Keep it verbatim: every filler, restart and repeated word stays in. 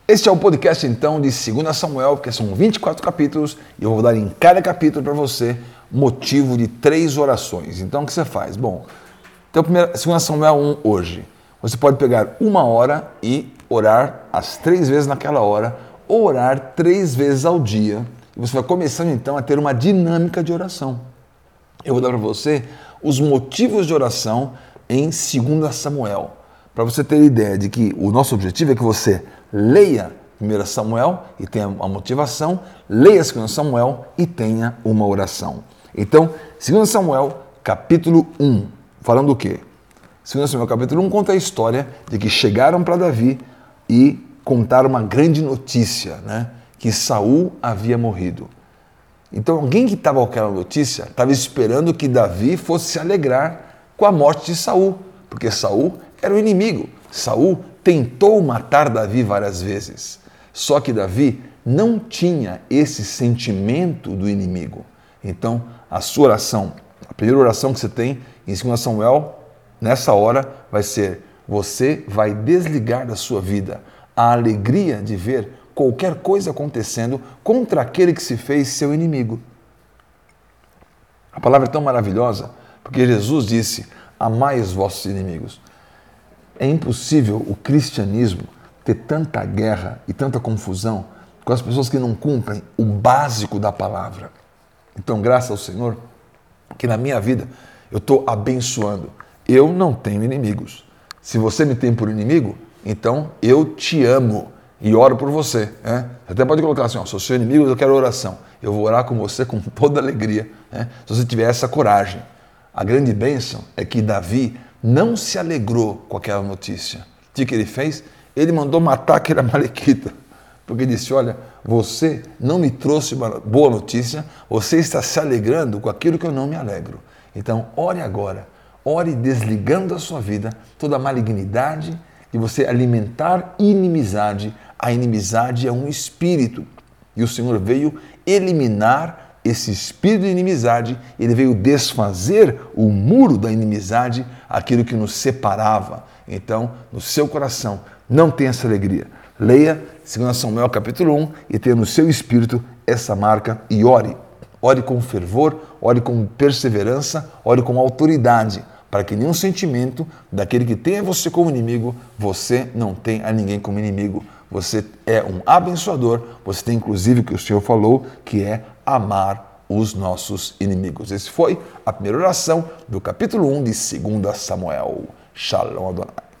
Este é o podcast, então, de Segunda Samuel, porque são vinte e quatro capítulos e eu vou dar em cada capítulo para você motivo de três orações. Então, o que você faz? Bom, então, primeiro, Segunda Samuel um, hoje. Você pode pegar uma hora e orar as três vezes naquela hora, ou orar três vezes ao dia. E você vai começando, então, a ter uma dinâmica de oração. Eu vou dar para você os motivos de oração em Segunda Samuel. Para você ter ideia de que o nosso objetivo é que você leia Primeira Samuel e tenha uma motivação, leia Segunda Samuel e tenha uma oração. Então, Segunda Samuel, capítulo um, falando o quê? Segunda Samuel, capítulo um, conta a história de que chegaram para Davi e contaram uma grande notícia, né? Que Saul havia morrido. Então, alguém que estava com aquela notícia estava esperando que Davi fosse se alegrar com a morte de Saul, porque Saul era o inimigo. Saul tentou matar Davi várias vezes, só que Davi não tinha esse sentimento do inimigo. Então, a sua oração, a primeira oração que você tem em Segunda Samuel, nessa hora, vai ser: você vai desligar da sua vida a alegria de ver qualquer coisa acontecendo contra aquele que se fez seu inimigo. A palavra é tão maravilhosa, porque Jesus disse: amai os vossos inimigos. É impossível o cristianismo ter tanta guerra e tanta confusão com as pessoas que não cumprem o básico da palavra. Então, graças ao Senhor, que na minha vida eu estou abençoando. Eu não tenho inimigos. Se você me tem por inimigo, então eu te amo e oro por você. Né? Você até pode colocar assim: ó, sou seu inimigo, eu quero oração. Eu vou orar com você com toda alegria, né? Se você tiver essa coragem. A grande bênção é que Davi não se alegrou com aquela notícia. O que ele fez? Ele mandou matar aquele amalequita, porque disse: olha, você não me trouxe uma boa notícia, você está se alegrando com aquilo que eu não me alegro. Então, ore agora, ore desligando da sua vida toda a malignidade e você alimentar inimizade. A inimizade é um espírito e o Senhor veio eliminar esse espírito de inimizade, ele veio desfazer o muro da inimizade, aquilo que nos separava. Então, no seu coração, não tenha essa alegria. Leia Segunda Samuel capítulo um e tenha no seu espírito essa marca e ore. Ore com fervor, ore com perseverança, ore com autoridade, para que nenhum sentimento daquele que tem a você como inimigo, você não tem a ninguém como inimigo. Você é um abençoador, você tem inclusive o que o Senhor falou, que é amar os nossos inimigos. Esse foi a primeira oração do capítulo um de Segunda Samuel. Shalom Adonai.